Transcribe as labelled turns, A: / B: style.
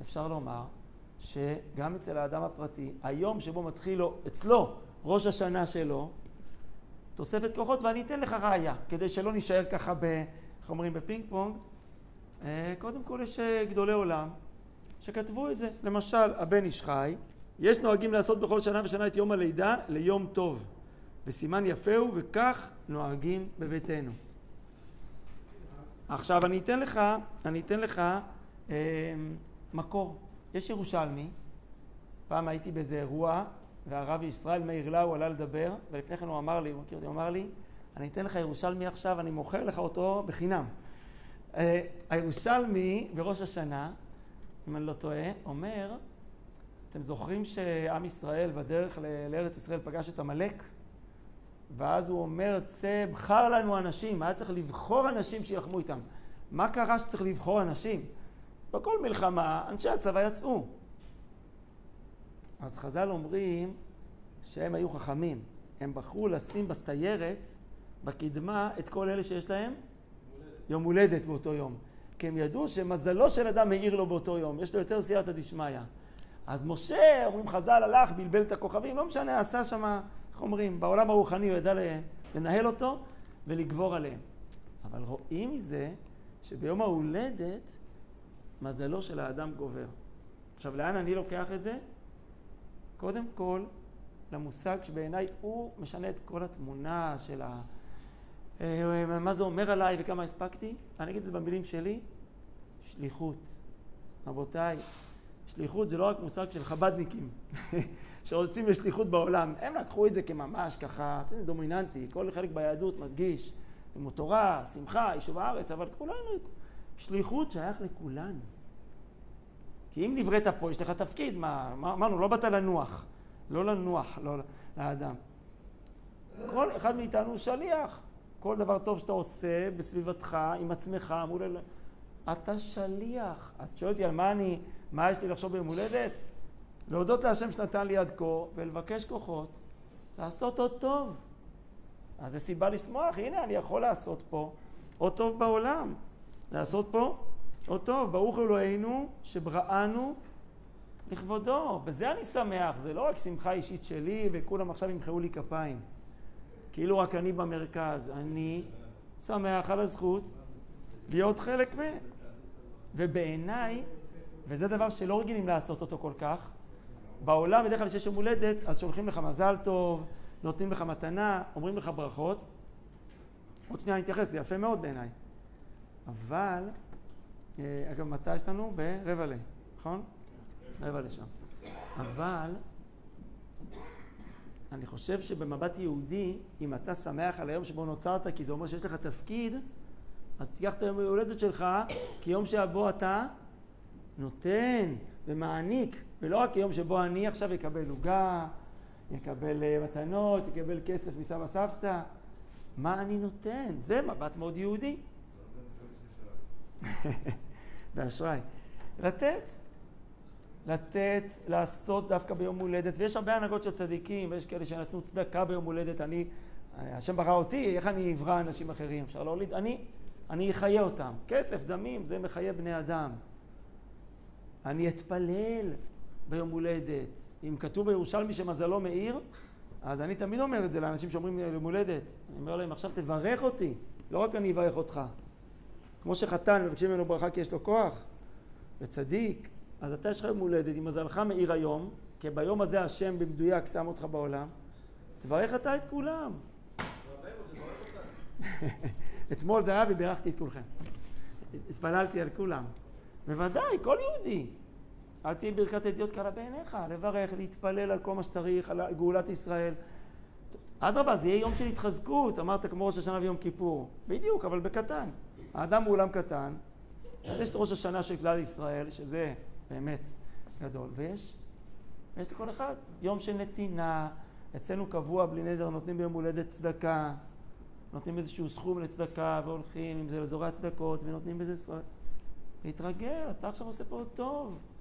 A: אפשר לומר שגם אצל האדם הפרטי, היום שבו מתחיל לו, אצלו, ראש השנה שלו, תוספת כוחות, ואני אתן לך ראיה, כדי שלא נשאר ככה איך אומרים, בפינג פונג. קודם כל יש גדולי עולם שכתבו את זה. למשל, הבן איש חי, יש נוהגים לעשות בכל שנה ושנה את יום הלידה ליום טוב, וסימן יפה הוא, וכך נוהגים בביתנו. עכשיו אני אתן לך מקור. יש ירושלמי, פעם הייתי באיזה אירוע, והרב ישראל מאיר לאו עלה לדבר, ולפני כן הוא אמר לי, אני אתן לך ירושלמי עכשיו, אני מוכר לך אותו בחינם. הירושלמי בראש השנה, אם אני לא טועה, אומר, אתם זוכרים שעם ישראל בדרך לארץ ישראל פגש את עמלק? ואז הוא אומר, צא, בחר לנו אנשים, היה צריך לבחור אנשים שילחמו איתם. מה קרה שצריך לבחור אנשים? בכל מלחמה, אנשי הצבא יצאו. אז חז"ל אומרים שהם היו חכמים. הם בחרו לשים בסיירת, בקדמה, את כל אלה שיש להם יום הולדת באותו יום. כי הם ידעו שמזלו של אדם מאיר לו באותו יום. יש לו יותר סייעתא דשמיא. אז משה, אומרים חז"ל, הלך, בלבל את הכוכבים, לא משנה, עשה שם, איך אומרים, בעולם הרוחני הוא ידע לנהל אותו ולגבור עליהם. אבל רואים מזה שביום ההולדת מזלו של האדם גובר. עכשיו, לאן אני לוקח את זה? קודם כל, למושג שבעיניי הוא משנה את כל התמונה של מה זה אומר עליי וכמה הספקתי. אני אגיד את זה במילים שלי, שליחות. רבותיי, שליחות זה לא רק מושג של חבדניקים שרוצים לשליחות בעולם. הם לקחו את זה כממש ככה, דומיננטי, כל חלק ביהדות מדגיש, תורה, שמחה, יישוב הארץ, אבל כולנו, שליחות שייך לכולנו. כי אם נבראת פה, יש לך תפקיד, אמרנו, לא באת לנוח, לא לנוח, לא לאדם. כל אחד מאיתנו הוא שליח. כל דבר טוב שאתה עושה בסביבתך, עם עצמך, מול אתה שליח. אז שואל אותי על מה יש לי לחשוב ביום הולדת? להודות להשם שנתן לי עד כה, ולבקש כוחות, לעשות עוד טוב. אז זה סיבה לשמוח, הנה אני יכול לעשות פה עוד טוב בעולם. לעשות פה עוד טוב, ברוך אלוהינו שבראנו לכבודו. בזה אני שמח, זה לא רק שמחה אישית שלי וכולם עכשיו ימחאו לי כפיים. כאילו רק אני במרכז, אני שמח על הזכות להיות חלק מהם. ובעיניי, וזה דבר שלא רגילים לעשות אותו כל כך, בעולם בדרך כלל שיש יום הולדת, אז שולחים לך מזל טוב, נותנים לך מתנה, אומרים לך ברכות. עוד שנייה אני אתייחס, זה יפה מאוד בעיניי. אבל, אגב, מתי יש לנו? ברבע ל, נכון? רבע לשם. אבל, אני חושב שבמבט יהודי, אם אתה שמח על היום שבו נוצרת, כי זה אומר שיש לך תפקיד, אז תיקח את היום ההולדת שלך, כיום שבו אתה נותן ומעניק, ולא רק כיום שבו אני עכשיו יקבל עוגה, יקבל מתנות, יקבל כסף מסבא סבתא. מה אני נותן? זה מבט מאוד יהודי. באשראי. לתת, לעשות דווקא ביום הולדת, ויש הרבה הנהגות של צדיקים, ויש כאלה שנתנו צדקה ביום הולדת, השם ברא אותי, איך אני אברא אנשים אחרים? אפשר להוליד, אני אחיה אותם. כסף, דמים, זה מחיה בני אדם. אני אתפלל ביום הולדת. אם כתוב בירושלמי שמזלו מאיר, אז אני תמיד אומר את זה לאנשים שאומרים יום הולדת. אני אומר להם, עכשיו תברך אותי, לא רק אני אברך אותך. כמו שחתן מבקשים ממנו ברכה כי יש לו כוח, וצדיק, אז אתה יש לך יום הולדת, אם מזלך מאיר היום, כי ביום הזה השם במדויק שם אותך בעולם, תברך אתה את כולם. אתמול זה היה ובירכתי את כולכם. התפללתי על כולם. בוודאי, כל יהודי. אל תהיה ברכת ידיעות קלה בעיניך, לברך, להתפלל על כל מה שצריך, על גאולת ישראל. אדרבה, זה יהיה יום של התחזקות, אמרת כמו ראש השנה ויום כיפור. בדיוק, אבל בקטן. האדם הוא עולם קטן, יש את ראש השנה של כלל ישראל, שזה באמת גדול, ויש לכל אחד יום של נתינה. אצלנו קבוע בלי נדר נותנים ביום הולדת צדקה, נותנים איזשהו סכום לצדקה והולכים, אם זה לאזורי הצדקות, ונותנים בזה להתרגל, אתה עכשיו עושה פה טוב.